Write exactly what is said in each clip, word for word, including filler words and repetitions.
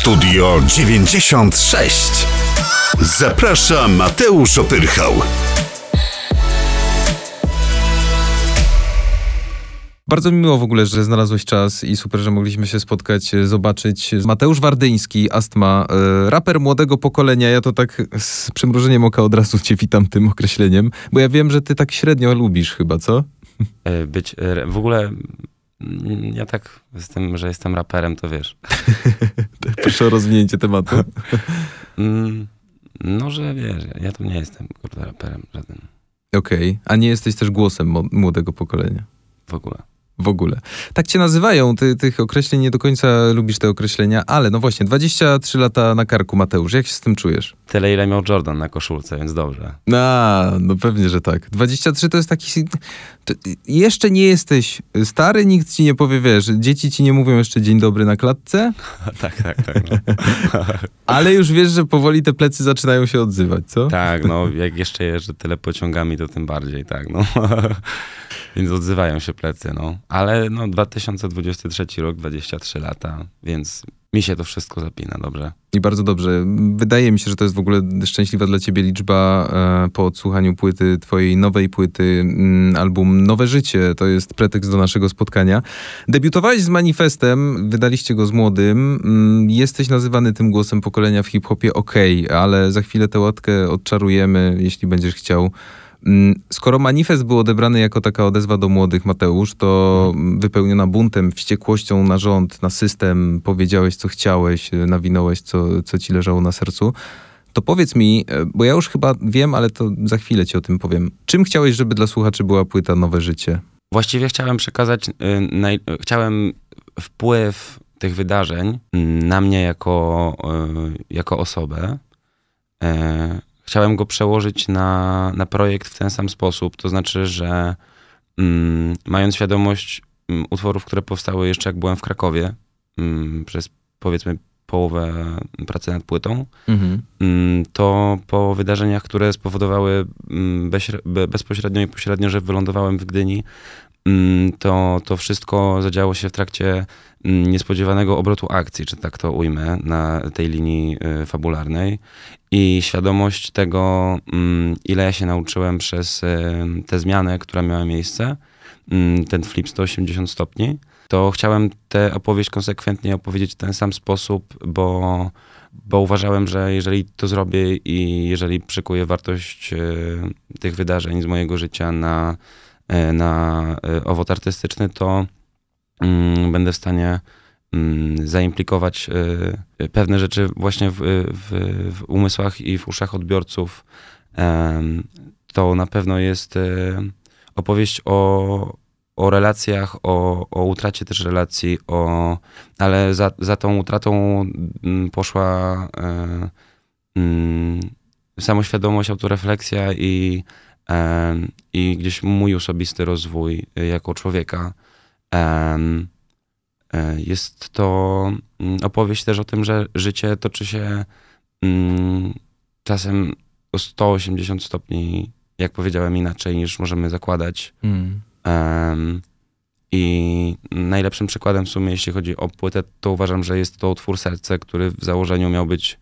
Studio dziewięćdziesiąt sześć. Zaprasza Mateusz Opyrchał. Bardzo mi miło w ogóle, że znalazłeś czas i super, że mogliśmy się spotkać, zobaczyć. Mateusz Wardyński, Astma, raper młodego pokolenia. Ja to tak z przymrużeniem oka od razu cię witam tym określeniem, bo ja wiem, że ty tak średnio lubisz chyba, co? Być, w ogóle ja tak z tym, że jestem raperem, to wiesz. Proszę o rozwinięcie tematu. No, że wiesz, ja tu nie jestem kurde raperem żadnym. Okej, okay. A nie jesteś też głosem młodego pokolenia? W ogóle. W ogóle. Tak cię nazywają, ty tych określeń nie do końca lubisz te określenia, ale no właśnie, dwadzieścia trzy lata na karku, Mateusz, jak się z tym czujesz? Tyle, ile miał Jordan na koszulce, więc dobrze. A, no pewnie, że tak. dwadzieścia trzy to jest taki... To jeszcze nie jesteś stary, nikt ci nie powie, wiesz, dzieci ci nie mówią jeszcze dzień dobry na klatce. tak, tak, tak. No. Ale już wiesz, że powoli te plecy zaczynają się odzywać, co? Tak, no jak jeszcze jeżdżę tyle pociągami, to tym bardziej, tak, no. Więc odzywają się plecy, no. Ale no dwa tysiące dwudziesty trzeci rok, dwadzieścia trzy lata, więc mi się to wszystko zapina, dobrze. I bardzo dobrze. Wydaje mi się, że to jest w ogóle szczęśliwa dla ciebie liczba e, po odsłuchaniu płyty, twojej nowej płyty, m, album Nowe Życie. To jest pretekst do naszego spotkania. Debiutowałeś z Manifestem, wydaliście go z Młodym. M, jesteś nazywany tym głosem pokolenia w hip-hopie, okej, okay, ale za chwilę tę łatkę odczarujemy, jeśli będziesz chciał. Skoro Manifest był odebrany jako taka odezwa do młodych, Mateusz, to wypełniona buntem, wściekłością na rząd, na system, powiedziałeś, co chciałeś, nawinąłeś, co, co ci leżało na sercu, to powiedz mi, bo ja już chyba wiem, ale to za chwilę ci o tym powiem. Czym chciałeś, żeby dla słuchaczy była płyta Nowe Życie? Właściwie chciałem przekazać, yy, naj... chciałem wpływ tych wydarzeń na mnie jako, yy, jako osobę. Yy. Chciałem go przełożyć na, na projekt w ten sam sposób, to znaczy, że mm, mając świadomość mm, utworów, które powstały jeszcze jak byłem w Krakowie, mm, przez powiedzmy połowę pracy nad płytą, mhm. mm, to po wydarzeniach, które spowodowały mm, bez, be, bezpośrednio i pośrednio, że wylądowałem w Gdyni, mm, to, to wszystko zadziało się w trakcie mm, niespodziewanego obrotu akcji, czy tak to ujmę, na tej linii y, fabularnej. I świadomość tego, ile ja się nauczyłem przez tę zmianę, która miała miejsce, ten flip sto osiemdziesiąt stopni, to chciałem tę opowieść konsekwentnie opowiedzieć w ten sam sposób, bo, bo uważałem, że jeżeli to zrobię i jeżeli przykuję wartość tych wydarzeń z mojego życia na, na owoc artystyczny, to będę w stanie zaimplikować y, pewne rzeczy właśnie w, w, w umysłach i w uszach odbiorców. Um, to na pewno jest y, opowieść o, o relacjach, o, o utracie też relacji, o, ale za, za tą utratą m, poszła y, y, samoświadomość, autorefleksja i, y, i gdzieś mój osobisty rozwój y, jako człowieka. Y, Jest to opowieść też o tym, że życie toczy się mm, czasem o sto osiemdziesiąt stopni, jak powiedziałem, inaczej niż możemy zakładać. Mm. Um, I najlepszym przykładem w sumie, jeśli chodzi o płytę, to uważam, że jest to utwór Serce, który w założeniu miał być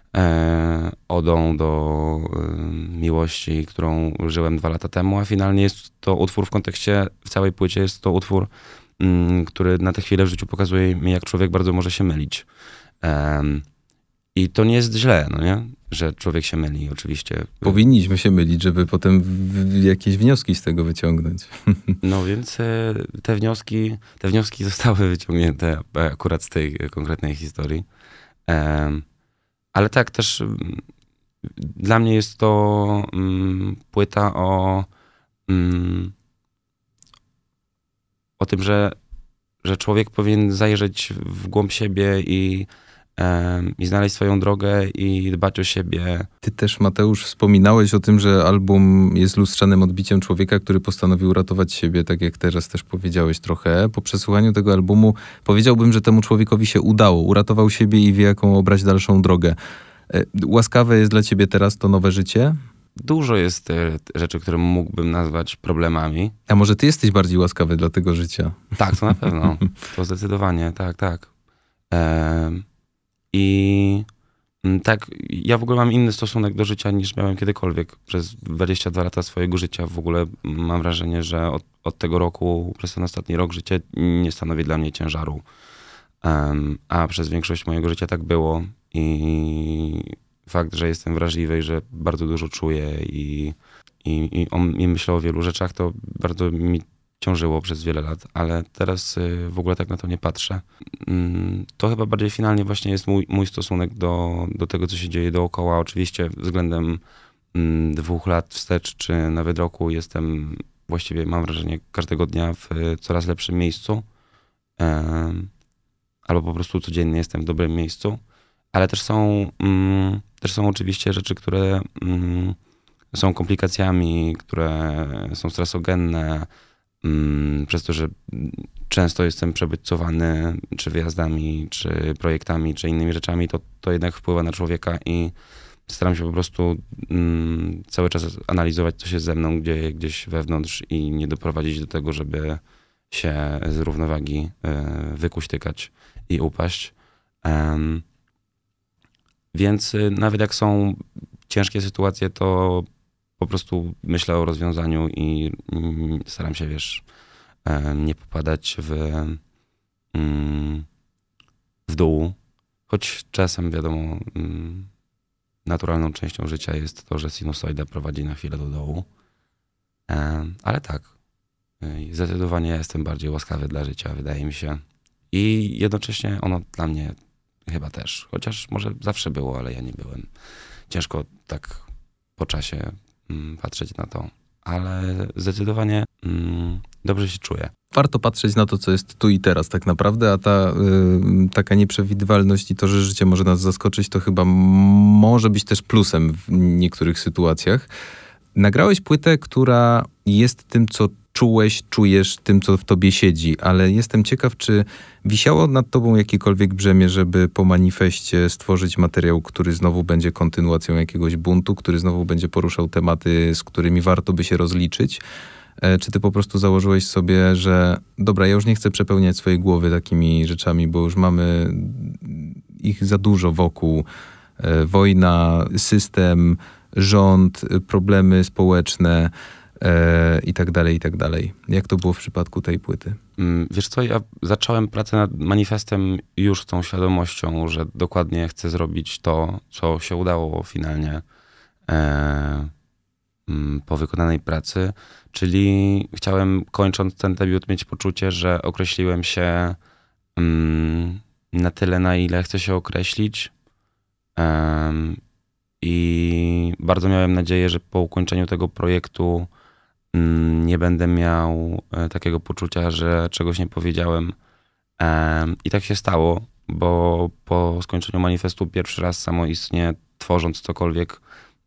e, odą do e, miłości, którą żyłem dwa lata temu, a finalnie jest to utwór w kontekście, w całej płycie jest to utwór, który na tę chwilę w życiu pokazuje mi, jak człowiek bardzo może się mylić. Um, I to nie jest źle, no nie? Że człowiek się myli, oczywiście. Powinniśmy się mylić, żeby potem w, w jakieś wnioski z tego wyciągnąć. No więc te wnioski, te wnioski zostały wyciągnięte akurat z tej konkretnej historii. Um, ale tak, też um, dla mnie jest to um, płyta o um, o tym, że, że człowiek powinien zajrzeć w głąb siebie i, um, i znaleźć swoją drogę i dbać o siebie. Ty też, Mateusz, wspominałeś o tym, że album jest lustrzanym odbiciem człowieka, który postanowił ratować siebie, tak jak teraz też powiedziałeś trochę. Po przesłuchaniu tego albumu powiedziałbym, że temu człowiekowi się udało. Uratował siebie i wie, jaką obrać dalszą drogę. Łaskawe jest dla ciebie teraz to Nowe Życie? Dużo jest rzeczy, które mógłbym nazwać problemami. A może ty jesteś bardziej łaskawy dla tego życia? Tak, to na pewno. To zdecydowanie, tak, tak. Ehm, I tak, ja w ogóle mam inny stosunek do życia niż miałem kiedykolwiek. Przez dwadzieścia dwa lata swojego życia w ogóle mam wrażenie, że od, od tego roku, przez ten ostatni rok życia nie stanowi dla mnie ciężaru. Um, a przez większość mojego życia tak było i fakt, że jestem wrażliwy i że bardzo dużo czuję i, i, i, on, i myślę o wielu rzeczach, to bardzo mi ciążyło przez wiele lat, ale teraz w ogóle tak na to nie patrzę. To chyba bardziej finalnie właśnie jest mój, mój stosunek do, do tego, co się dzieje dookoła. Oczywiście względem dwóch lat wstecz, czy nawet roku jestem właściwie, mam wrażenie, każdego dnia w coraz lepszym miejscu. Albo po prostu codziennie jestem w dobrym miejscu. Ale też są, też są oczywiście rzeczy, które są komplikacjami, które są stresogenne, przez to, że często jestem przebodźcowany czy wyjazdami, czy projektami, czy innymi rzeczami, to, to jednak wpływa na człowieka i staram się po prostu mm, cały czas analizować, co się ze mną dzieje gdzieś wewnątrz i nie doprowadzić do tego, żeby się z równowagi y, wykuśtykać i upaść. Um, więc y, nawet jak są ciężkie sytuacje, to po prostu myślę o rozwiązaniu i mm, staram się, wiesz, nie popadać w, mm, w dół. Choć czasem, wiadomo, mm, naturalną częścią życia jest to, że sinusoida prowadzi na chwilę do dołu. Ale tak, zdecydowanie jestem bardziej łaskawy dla życia, wydaje mi się. I jednocześnie ono dla mnie chyba też. Chociaż może zawsze było, ale ja nie byłem. Ciężko tak po czasie patrzeć na to, ale zdecydowanie mm, dobrze się czuję. Warto patrzeć na to, co jest tu i teraz tak naprawdę, a ta y, taka nieprzewidywalność i to, że życie może nas zaskoczyć, to chyba m- może być też plusem w niektórych sytuacjach. Nagrałeś płytę, która jest tym, co czułeś, czujesz, tym, co w tobie siedzi, ale jestem ciekaw, czy wisiało nad tobą jakiekolwiek brzemię, żeby po manifestie stworzyć materiał, który znowu będzie kontynuacją jakiegoś buntu, który znowu będzie poruszał tematy, z którymi warto by się rozliczyć? Czy ty po prostu założyłeś sobie, że dobra, ja już nie chcę przepełniać swojej głowy takimi rzeczami, bo już mamy ich za dużo wokół. Wojna, system, rząd, problemy społeczne, E, i tak dalej, i tak dalej. Jak to było w przypadku tej płyty? Wiesz co, ja zacząłem pracę nad manifestem już z tą świadomością, że dokładnie chcę zrobić to, co się udało finalnie e, po wykonanej pracy, czyli chciałem, kończąc ten debiut, mieć poczucie, że określiłem się mm, na tyle, na ile chcę się określić e, i bardzo miałem nadzieję, że po ukończeniu tego projektu nie będę miał takiego poczucia, że czegoś nie powiedziałem. I tak się stało, bo po skończeniu manifestu pierwszy raz samoistnie, tworząc cokolwiek,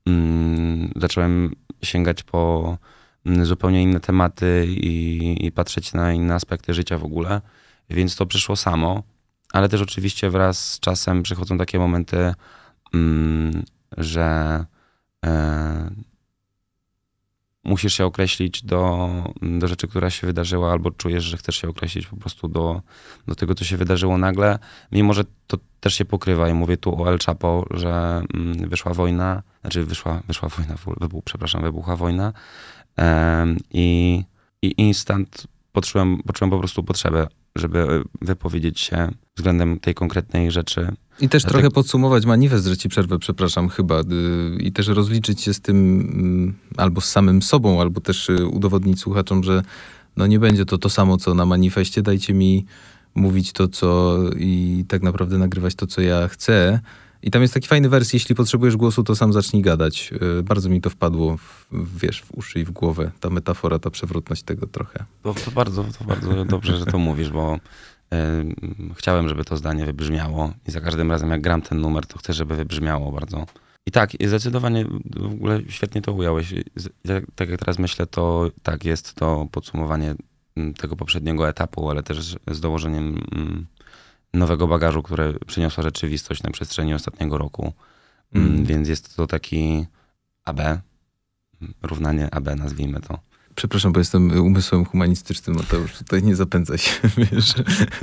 zacząłem sięgać po zupełnie inne tematy i, i patrzeć na inne aspekty życia w ogóle. Więc to przyszło samo, ale też oczywiście wraz z czasem przychodzą takie momenty, że musisz się określić do, do rzeczy, która się wydarzyła, albo czujesz, że chcesz się określić po prostu do, do tego, co się wydarzyło nagle. Mimo, że to też się pokrywa. Ja mówię tu o El Chapo, że wyszła wojna, znaczy wyszła, wyszła wojna, wybuch, przepraszam, wybuchła wojna um, i, i instant poczułem, poczułem po prostu potrzebę, żeby wypowiedzieć się względem tej konkretnej rzeczy. I też Dlatego... trochę podsumować manifest, że ci przerwę, przepraszam, chyba. Yy, I też rozliczyć się z tym yy, albo z samym sobą, albo też yy, udowodnić słuchaczom, że no nie będzie to to samo, co na manifestie. Dajcie mi mówić to, co i tak naprawdę nagrywać to, co ja chcę. I tam jest taki fajny wers, jeśli potrzebujesz głosu, to sam zacznij gadać. Yy, bardzo mi to wpadło, w, wiesz, w uszy i w głowę. Ta metafora, ta przewrotność tego trochę. To, to, bardzo, to bardzo dobrze, że to mówisz, bo chciałem, żeby to zdanie wybrzmiało i za każdym razem, jak gram ten numer, to chcę, żeby wybrzmiało bardzo. I tak, zdecydowanie w ogóle świetnie to ująłeś. Tak, tak jak teraz myślę, to tak, jest to podsumowanie tego poprzedniego etapu, ale też z dołożeniem nowego bagażu, które przyniosła rzeczywistość na przestrzeni ostatniego roku. Mm. Więc jest to taki A B, równanie A B, nazwijmy to. Przepraszam, bo jestem umysłem humanistycznym, Mateusz, tutaj nie zapędzaj się, wiesz.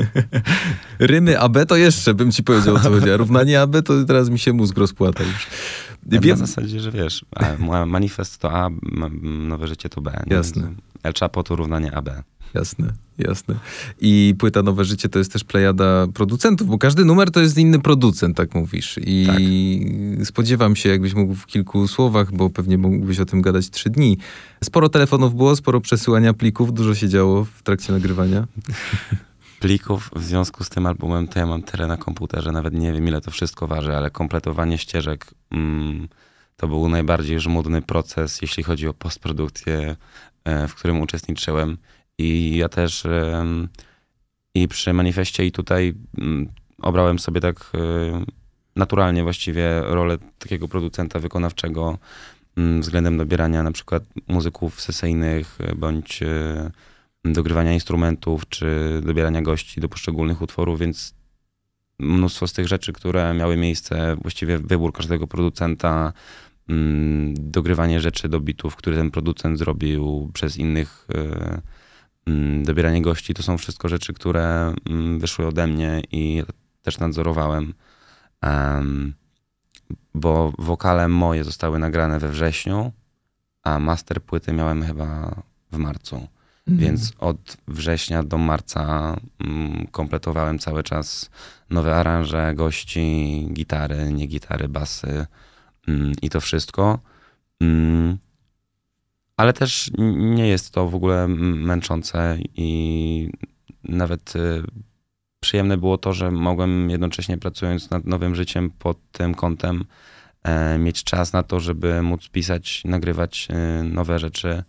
Rymy A B to jeszcze bym ci powiedział, o co chodzi, a równanie A B to teraz mi się mózg rozpłata już. Ja Wiem. Na zasadzie, że wiesz, a, manifest to A, nowe życie to B. Nie? Jasne. El Chapo to równanie A B. Jasne, jasne. I płyta Nowe Życie to jest też plejada producentów, bo każdy numer to jest inny producent, tak mówisz. I tak. Spodziewam się, jakbyś mógł w kilku słowach, bo pewnie mógłbyś o tym gadać trzy dni. Sporo telefonów było, sporo przesyłania plików, dużo się działo w trakcie nagrywania. Plików w związku z tym albumem to ja mam tyle na komputerze, nawet nie wiem ile to wszystko waży, ale kompletowanie ścieżek mm, to był najbardziej żmudny proces, jeśli chodzi o postprodukcję, w którym uczestniczyłem. I ja też um, i przy manifestie i tutaj um, obrałem sobie tak um, naturalnie właściwie rolę takiego producenta wykonawczego um, względem dobierania na przykład muzyków sesyjnych, bądź um, dogrywania instrumentów, czy dobierania gości do poszczególnych utworów, więc mnóstwo z tych rzeczy, które miały miejsce, właściwie wybór każdego producenta, um, dogrywanie rzeczy do bitów, które ten producent zrobił przez innych um, dobieranie gości, to są wszystko rzeczy, które wyszły ode mnie i też nadzorowałem, um, bo wokale moje zostały nagrane we wrześniu, a master płyty miałem chyba w marcu. Mhm. Więc od września do marca um, kompletowałem cały czas nowe aranże, gości, gitary, nie gitary, basy um, i to wszystko. Um, Ale też nie jest to w ogóle męczące i nawet przyjemne było to, że mogłem jednocześnie, pracując nad nowym życiem pod tym kątem, mieć czas na to, żeby móc pisać, nagrywać nowe rzeczy,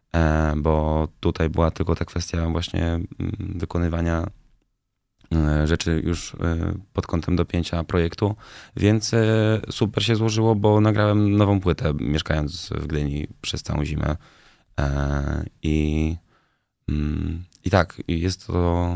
bo tutaj była tylko ta kwestia właśnie wykonywania rzeczy już pod kątem dopięcia projektu, więc super się złożyło, bo nagrałem nową płytę, mieszkając w Gdyni przez całą zimę. I, i tak, jest to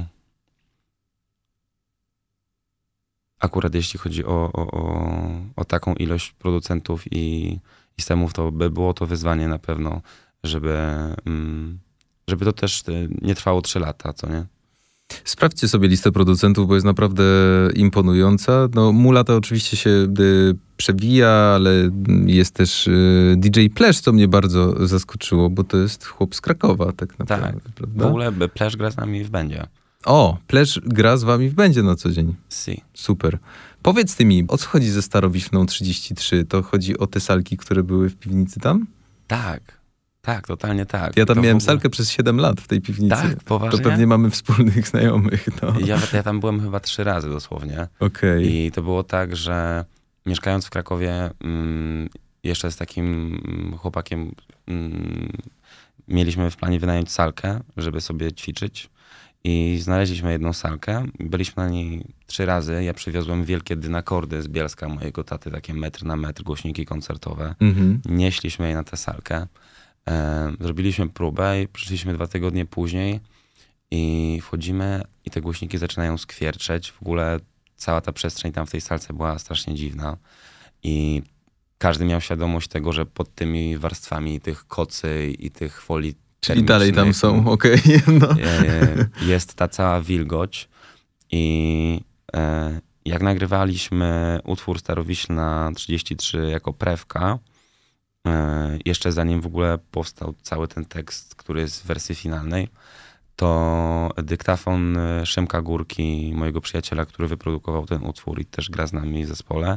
akurat jeśli chodzi o, o, o, o taką ilość producentów i, i systemów, to by było to wyzwanie na pewno, żeby, żeby to też nie trwało trzy lata, co nie? Sprawdźcie sobie listę producentów, bo jest naprawdę imponująca. No, Mula to oczywiście się y, przewija, ale jest też y, D J Plesz, co mnie bardzo zaskoczyło, bo to jest chłop z Krakowa, tak naprawdę. Tak, prawda? W ogóle Plesz gra z nami w bandzie. O, Plesz gra z wami w bandzie na co dzień. Si. Super. Powiedz ty mi, o co chodzi ze Starowiślą trzydzieści trzy? To chodzi o te salki, które były w piwnicy tam? Tak. Tak, totalnie tak. Ja tam to miałem ogóle... salkę przez siedem lat w tej piwnicy. Tak, poważnie? To pewnie mamy wspólnych znajomych. No. Ja, ja tam byłem chyba trzy razy dosłownie. Okay. I to było tak, że mieszkając w Krakowie mm, jeszcze z takim chłopakiem mm, mieliśmy w planie wynająć salkę, żeby sobie ćwiczyć. I znaleźliśmy jedną salkę. Byliśmy na niej trzy razy. Ja przywiozłem wielkie dynakordy z Bielska mojego taty, takie metr na metr, głośniki koncertowe. Mm-hmm. Nieśliśmy je na tę salkę. Zrobiliśmy próbę i przyszliśmy dwa tygodnie później i wchodzimy i te głośniki zaczynają skwierczeć. W ogóle cała ta przestrzeń tam w tej salce była strasznie dziwna i każdy miał świadomość tego, że pod tymi warstwami tych kocy i tych folii czyli dalej tam są, okej. Okay. No. Jest ta cała wilgoć i jak nagrywaliśmy utwór Starowiślna trzydzieści trzy jako prewka, jeszcze zanim w ogóle powstał cały ten tekst, który jest w wersji finalnej, to dyktafon Szymka Górki, mojego przyjaciela, który wyprodukował ten utwór i też gra z nami w zespole,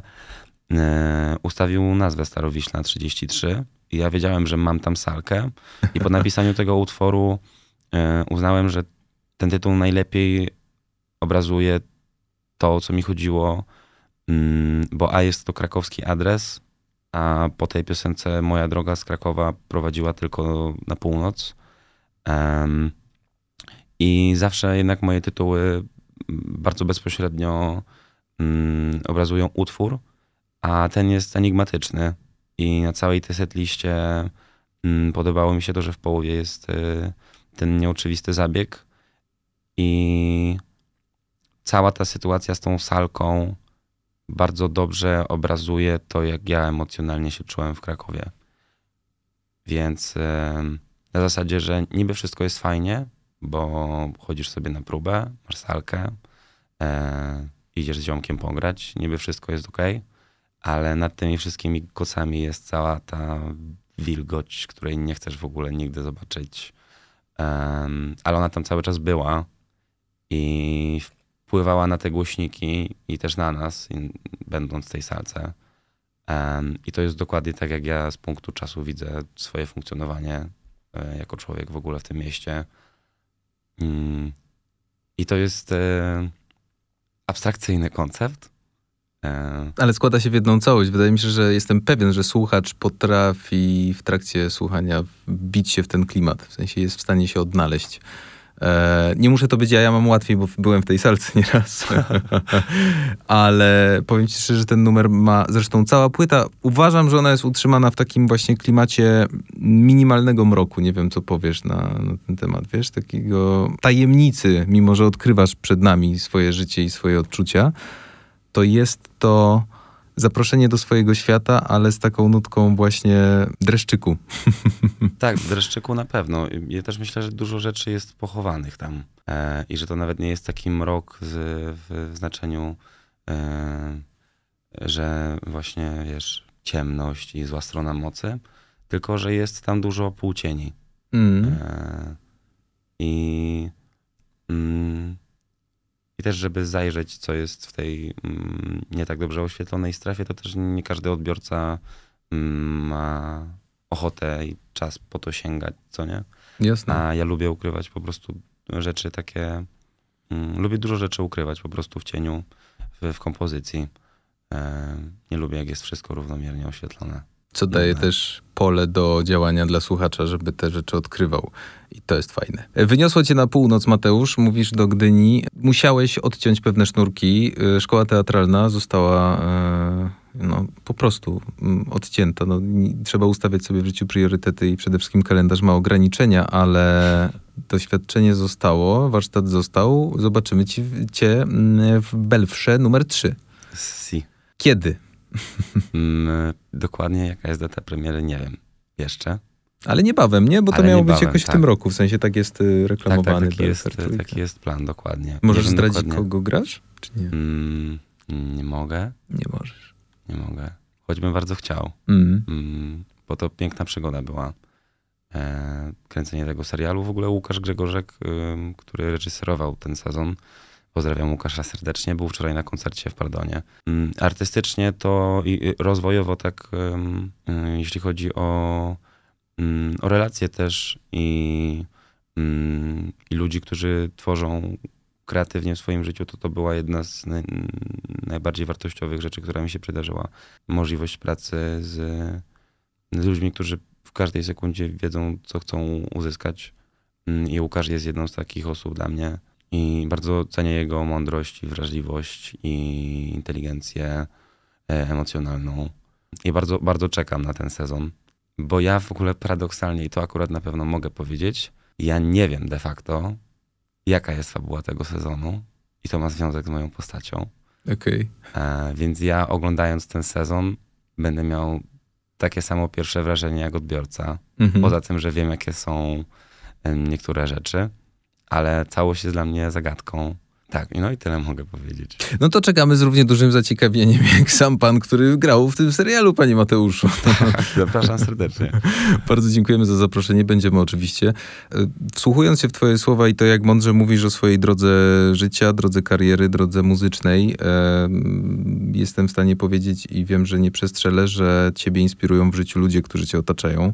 ustawił nazwę Starowiślna trzydzieści trzy i ja wiedziałem, że mam tam salkę i po napisaniu tego utworu uznałem, że ten tytuł najlepiej obrazuje to, o co mi chodziło, bo A jest to krakowski adres, a po tej piosence moja droga z Krakowa prowadziła tylko na północ. Um, I zawsze jednak moje tytuły bardzo bezpośrednio um, obrazują utwór, a ten jest enigmatyczny. I na całej tej setliście um, podobało mi się to, że w połowie jest y, ten nieoczywisty zabieg i cała ta sytuacja z tą salką bardzo dobrze obrazuje to, jak ja emocjonalnie się czułem w Krakowie. Więc yy, Na zasadzie, że niby wszystko jest fajnie, bo chodzisz sobie na próbę, masz salkę, e, idziesz z ziomkiem pograć, niby wszystko jest okej, ale nad tymi wszystkimi kocami jest cała ta wilgoć, której nie chcesz w ogóle nigdy zobaczyć. Um, ale ona tam cały czas była i wpływała na te głośniki i też na nas, i, będąc w tej salce. Um, I to jest dokładnie tak, jak ja z punktu czasu widzę swoje funkcjonowanie e, jako człowiek w ogóle w tym mieście. Um, I to jest e, abstrakcyjny koncept. E, Ale składa się w jedną całość. Wydaje mi się, że jestem pewien, że słuchacz potrafi w trakcie słuchania wbić się w ten klimat. W sensie jest w stanie się odnaleźć. E, nie muszę to być ja, ja mam łatwiej, bo byłem w tej salce nieraz. Ale powiem ci szczerze, że ten numer ma, zresztą cała płyta, uważam, że ona jest utrzymana w takim właśnie klimacie minimalnego mroku. Nie wiem, co powiesz na, na ten temat, wiesz? Takiego tajemnicy, mimo że odkrywasz przed nami swoje życie i swoje odczucia, to jest to zaproszenie do swojego świata, ale z taką nutką właśnie dreszczyku. Tak, w dreszczyku na pewno. Ja też myślę, że dużo rzeczy jest pochowanych tam e, i że to nawet nie jest taki mrok z, w, w znaczeniu, e, że właśnie, wiesz, ciemność i zła strona mocy, tylko że jest tam dużo półcieni. Mm. E, I... Mm, I też, żeby zajrzeć, co jest w tej mm, nie tak dobrze oświetlonej strefie, to też nie każdy odbiorca mm, ma ochotę i czas po to sięgać, co nie? Jasne. A ja lubię ukrywać po prostu rzeczy takie... Mm, lubię dużo rzeczy ukrywać po prostu w cieniu, w, w kompozycji. E, nie lubię, jak jest wszystko równomiernie oświetlone. Co daje Dobra. też pole do działania dla słuchacza, żeby te rzeczy odkrywał. I to jest fajne. Wyniosło cię na północ, Mateusz, mówisz do Gdyni. Musiałeś odciąć pewne sznurki. Szkoła teatralna została e, no, po prostu odcięta. No, trzeba ustawiać sobie w życiu priorytety i przede wszystkim kalendarz ma ograniczenia, ale doświadczenie zostało, warsztat został. Zobaczymy ci, cię w Belfrze numer trzy. Si. Kiedy? Mm, dokładnie jaka jest data premiery, nie wiem jeszcze. Ale niebawem, nie? Bo to Ale miało być niebawem, jakoś w tak. tym roku. W sensie tak jest y, Tak, tak, reklamowany. taki jest, Belfer trójka. taki jest plan, dokładnie. Możesz Nie wiem zdradzić, dokładnie. kogo grasz? Czy nie? Mm, nie mogę, Nie możesz. nie mogę. Choćbym bardzo chciał, Mm. mm, bo to piękna przygoda była. E, kręcenie tego serialu. W ogóle Łukasz Grzegorzek, ym, który reżyserował ten sezon, pozdrawiam Łukasza serdecznie, był wczoraj na koncercie w Pardonie. Ym, artystycznie to i i rozwojowo tak, ym, y, jeśli chodzi o, ym, o relacje też i, ym, i ludzi, którzy tworzą kreatywnie w swoim życiu, to to była jedna z naj, najbardziej wartościowych rzeczy, która mi się przydarzyła. Możliwość pracy z, z ludźmi, którzy w każdej sekundzie wiedzą, co chcą uzyskać. I Łukasz jest jedną z takich osób dla mnie. I bardzo cenię jego mądrość i wrażliwość i inteligencję emocjonalną. I bardzo, bardzo czekam na ten sezon. Bo ja w ogóle paradoksalnie, i to akurat na pewno mogę powiedzieć, ja nie wiem de facto, jaka jest fabuła tego sezonu. I to ma związek z moją postacią. Okej. E, więc ja oglądając ten sezon będę miał takie samo pierwsze wrażenie jak odbiorca. Mhm. Poza tym, że wiem, jakie są em, niektóre rzeczy, ale całość jest dla mnie zagadką. Tak, no i tyle mogę powiedzieć. No to czekamy z równie dużym zaciekawieniem jak sam pan, który grał w tym serialu, panie Mateuszu. Zapraszam serdecznie. Bardzo dziękujemy za zaproszenie. Będziemy oczywiście. Wsłuchując się w twoje słowa i to, jak mądrze mówisz o swojej drodze życia, drodze kariery, drodze muzycznej, e, jestem w stanie powiedzieć i wiem, że nie przestrzelę, że ciebie inspirują w życiu ludzie, którzy cię otaczają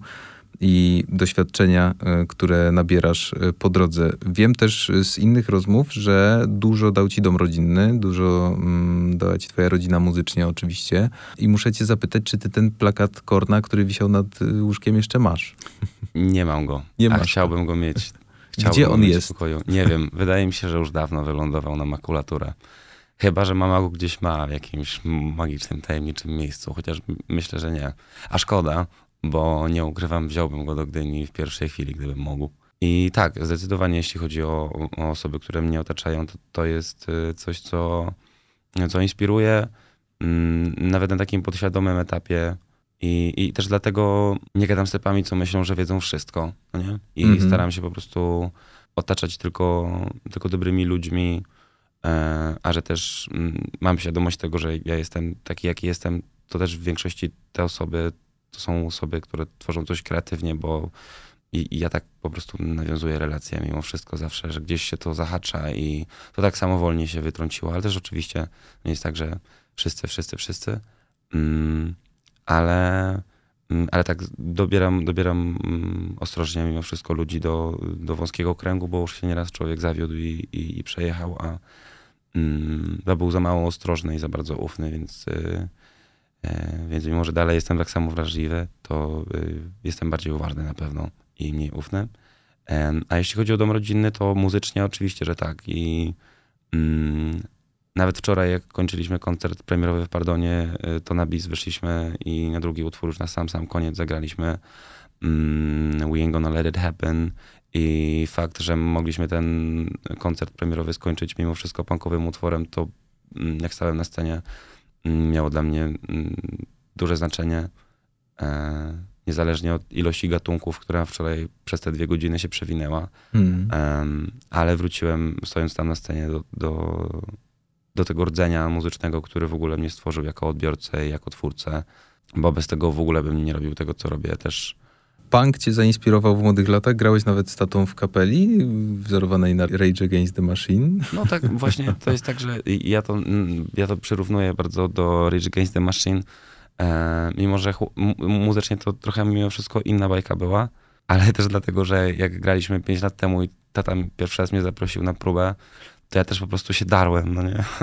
i doświadczenia, e, które nabierasz e, po drodze. Wiem też z innych rozmów, że dużo dał ci dom rodzinny, dużo mm, dała ci twoja rodzina muzycznie oczywiście. I muszę cię zapytać, czy ty ten plakat Korna, który wisiał nad y, łóżkiem, jeszcze masz? Nie mam go, Nie a masz chciałbym go mieć. Chciałbym Gdzie go on mieć jest? W pokoju. Nie wiem, wydaje mi się, że już dawno wylądował na makulaturę. Chyba że mama go gdzieś ma w jakimś magicznym, tajemniczym miejscu, chociaż myślę, że nie. A szkoda, bo nie ukrywam, wziąłbym go do Gdyni w pierwszej chwili, gdybym mógł. I tak, zdecydowanie jeśli chodzi o, o osoby, które mnie otaczają, to, to jest coś, co, co inspiruje, mm, nawet na takim podświadomym etapie I, I też dlatego nie gadam z typami, co myślą, że wiedzą wszystko, no nie? I Mhm. staram się po prostu otaczać tylko, tylko dobrymi ludźmi, e, a że też mm, mam świadomość tego, że ja jestem taki, jaki jestem, to też w większości te osoby to są osoby, które tworzą coś kreatywnie, bo i, i ja tak po prostu nawiązuję relacje mimo wszystko zawsze, że gdzieś się to zahacza i to tak samowolnie się wytrąciło, ale też oczywiście nie jest tak, że wszyscy, wszyscy, wszyscy, mm, ale, mm, ale tak dobieram, dobieram mm, ostrożnie mimo wszystko ludzi do, do wąskiego kręgu, bo już się nieraz człowiek zawiódł i, i, i przejechał, a mm, ja był za mało ostrożny i za bardzo ufny, więc... Y, Więc mimo, że dalej jestem tak samo wrażliwy, to jestem bardziej uważny na pewno i mniej ufny. A jeśli chodzi o dom rodzinny, to muzycznie oczywiście, że tak. I mm, nawet wczoraj, jak kończyliśmy koncert premierowy w Pardonie, to na bis wyszliśmy i na drugi utwór już na sam, sam koniec zagraliśmy mm, We Ain't Gonna Let It Happen. I fakt, że mogliśmy ten koncert premierowy skończyć mimo wszystko punkowym utworem, to mm, jak stałem na scenie, miało dla mnie duże znaczenie, e, niezależnie od ilości gatunków, która wczoraj przez te dwie godziny się przewinęła. Mm. E, ale wróciłem, stojąc tam na scenie, do, do, do tego rdzenia muzycznego, który w ogóle mnie stworzył jako odbiorcę i jako twórcę, bo bez tego w ogóle bym nie robił tego, co robię też. Punk cię zainspirował w młodych latach? Grałeś nawet z tatą w kapeli, wzorowanej na Rage Against the Machine? No tak, właśnie to jest tak, że ja to, ja to przyrównuję bardzo do Rage Against the Machine, e, mimo że mu- muzycznie to trochę mimo wszystko inna bajka była, ale też dlatego, że jak graliśmy pięć lat temu i tata pierwszy raz mnie zaprosił na próbę, to ja też po prostu się darłem, no nie?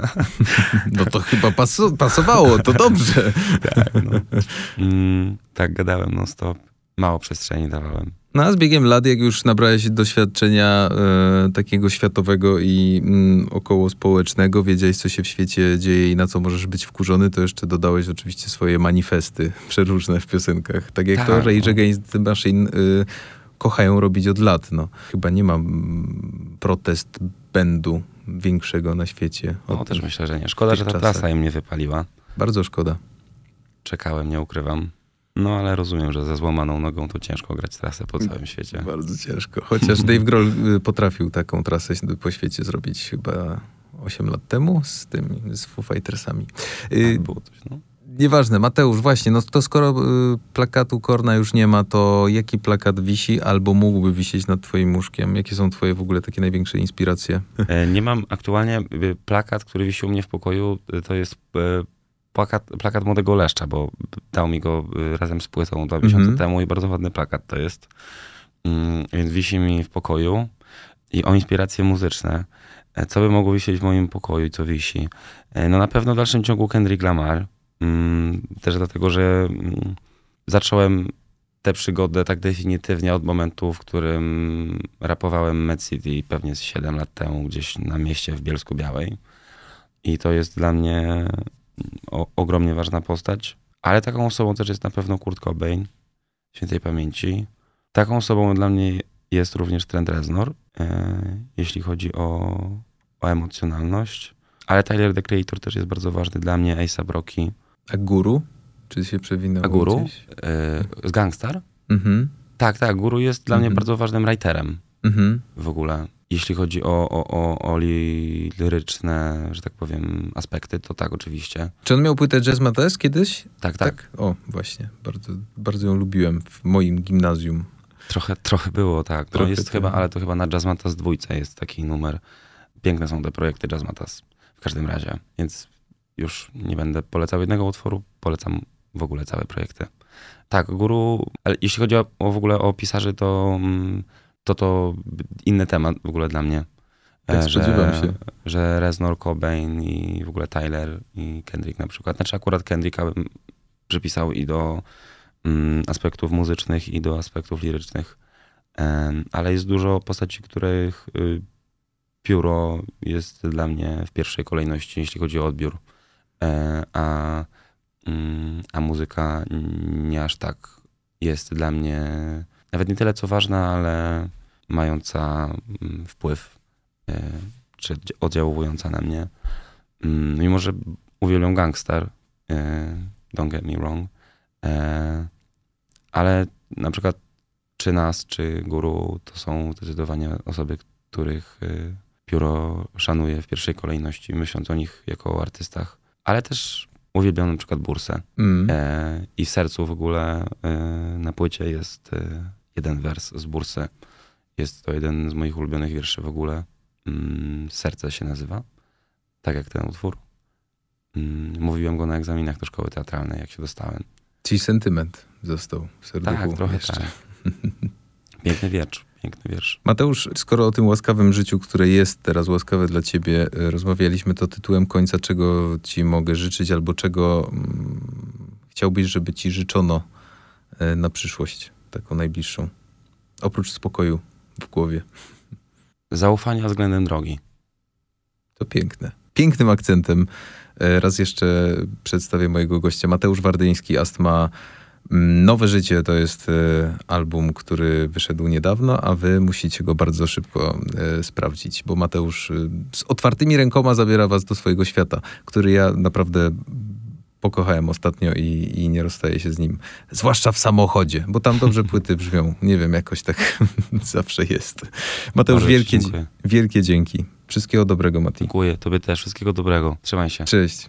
No to chyba pasu- pasowało, to dobrze. Tak, no. mm, tak, gadałem non stop. Mało przestrzeni dawałem. No a z biegiem lat, jak już nabrałeś doświadczenia e, takiego światowego i mm, około społecznego, wiedziałeś, co się w świecie dzieje i na co możesz być wkurzony, to jeszcze dodałeś oczywiście swoje manifesty przeróżne w piosenkach. Tak jak tak, to Rage no. Against the Machine y, kochają robić od lat. No. Chyba nie ma mm, protest bandu większego na świecie. No też myślę, że nie. Szkoda, że ta czasach. trasa im nie wypaliła. Bardzo szkoda. Czekałem, nie ukrywam. No ale rozumiem, że ze złamaną nogą to ciężko grać trasę po całym świecie. Bardzo ciężko. Chociaż Dave Grohl y, potrafił taką trasę po świecie zrobić chyba osiem lat temu z tym, z Foo Fightersami. Y, Tak, było coś, no. Nieważne, Mateusz, właśnie, no to skoro y, plakatu Korna już nie ma, to jaki plakat wisi albo mógłby wisieć nad twoim łóżkiem? Jakie są twoje w ogóle takie największe inspiracje? E, Nie mam aktualnie y, plakat, który wisi u mnie w pokoju, y, to jest y, plakat, plakat Młodego Leszcza, bo dał mi go y, razem z płytą dwa miesiące Mhm. temu i bardzo ładny plakat to jest. Mm, Więc wisi mi w pokoju i o inspiracje muzyczne. E, Co by mogło wisieć w moim pokoju i co wisi? E, No na pewno w dalszym ciągu Kendrick Lamar. Mm, Też dlatego, że mm, zacząłem tę przygodę tak definitywnie od momentu, w którym rapowałem Mad City pewnie z siedem lat temu gdzieś na mieście w Bielsku Białej. I to jest dla mnie o, ogromnie ważna postać. Ale taką osobą też jest na pewno Kurt Cobain, świętej pamięci. Taką osobą dla mnie jest również Trent Reznor, e, jeśli chodzi o, o emocjonalność. Ale Tyler, the Creator też jest bardzo ważny dla mnie, A$ap Rocky. A Guru? Czy się przewinęło A Guru? gdzieś? E, z Gangstar? Mhm. Tak, tak. Guru jest dla Mhm. mnie bardzo ważnym writerem Mhm. w ogóle. Jeśli chodzi o, o, o, o li, liryczne, że tak powiem, aspekty, to tak, oczywiście. Czy on miał płytę Jazz Mates kiedyś? Tak, tak. O, właśnie. Bardzo, bardzo ją lubiłem w moim gimnazjum. Trochę, trochę było, tak. No Trochę jest to- chyba, ale to chyba na Jazz Matas dwójce jest taki numer. Piękne są te projekty Jazz Matas w każdym razie, więc już nie będę polecał jednego utworu, polecam w ogóle całe projekty. Tak, Guru, ale jeśli chodzi o, o w ogóle o pisarzy, to, mm, to to inny temat w ogóle dla mnie. Tak, E, spodziewam że, się. że Reznor, Cobain i w ogóle Tyler i Kendrick na przykład. Znaczy akurat Kendricka bym przypisał i do mm, aspektów muzycznych i do aspektów lirycznych. Em, ale jest dużo postaci, których y, pióro jest dla mnie w pierwszej kolejności, jeśli chodzi o odbiór. E, a, mm, a muzyka nie aż tak jest dla mnie nawet nie tyle co ważna, ale mająca mm, wpływ y, czy oddziaływująca na mnie. Mm, Mimo, że uwielbiam Gangstar, y, don't get me wrong, E, ale na przykład czy Nas, czy Guru to są zdecydowanie osoby, których y, pióro szanuje w pierwszej kolejności, myśląc o nich jako o artystach. Ale też uwielbiam na przykład Bursę. Mm. E, I w sercu w ogóle y, na płycie jest y, jeden wers z Bursy. Jest to jeden z moich ulubionych wierszy w ogóle. Mm, Serce się nazywa. Tak jak ten utwór. Mm, mówiłem go na egzaminach do szkoły teatralnej, jak się dostałem. Czyli sentyment został w serduchu. Tak, trochę jeszcze. tak. Piękny wiersz, piękny wiersz. Mateusz, skoro o tym łaskawym życiu, które jest teraz łaskawe dla ciebie, y, rozmawialiśmy, to tytułem końca, czego ci mogę życzyć, albo czego mm, chciałbyś, żeby ci życzono y, na przyszłość, taką najbliższą. Oprócz spokoju w głowie. Zaufania względem drogi. To piękne. Pięknym akcentem y, raz jeszcze przedstawię mojego gościa. Mateusz Wardyński, Astma. Nowe Życie to jest y, album, który wyszedł niedawno, a wy musicie go bardzo szybko y, sprawdzić, bo Mateusz y, z otwartymi rękoma zabiera was do swojego świata, który ja naprawdę pokochałem ostatnio i, i nie rozstaję się z nim. Zwłaszcza w samochodzie, bo tam dobrze płyty brzmią. Nie wiem, jakoś tak zawsze jest. Mateusz, Bardzo wielkie, dziękuję. wielkie dzięki. Wszystkiego dobrego, Mati. Dziękuję, tobie też. Wszystkiego dobrego. Trzymaj się. Cześć.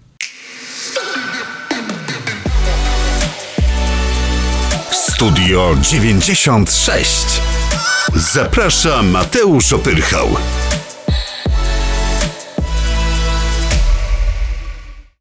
Studio dziewięćdziesiąt sześć. Zaprasza Mateusz Opyrchał.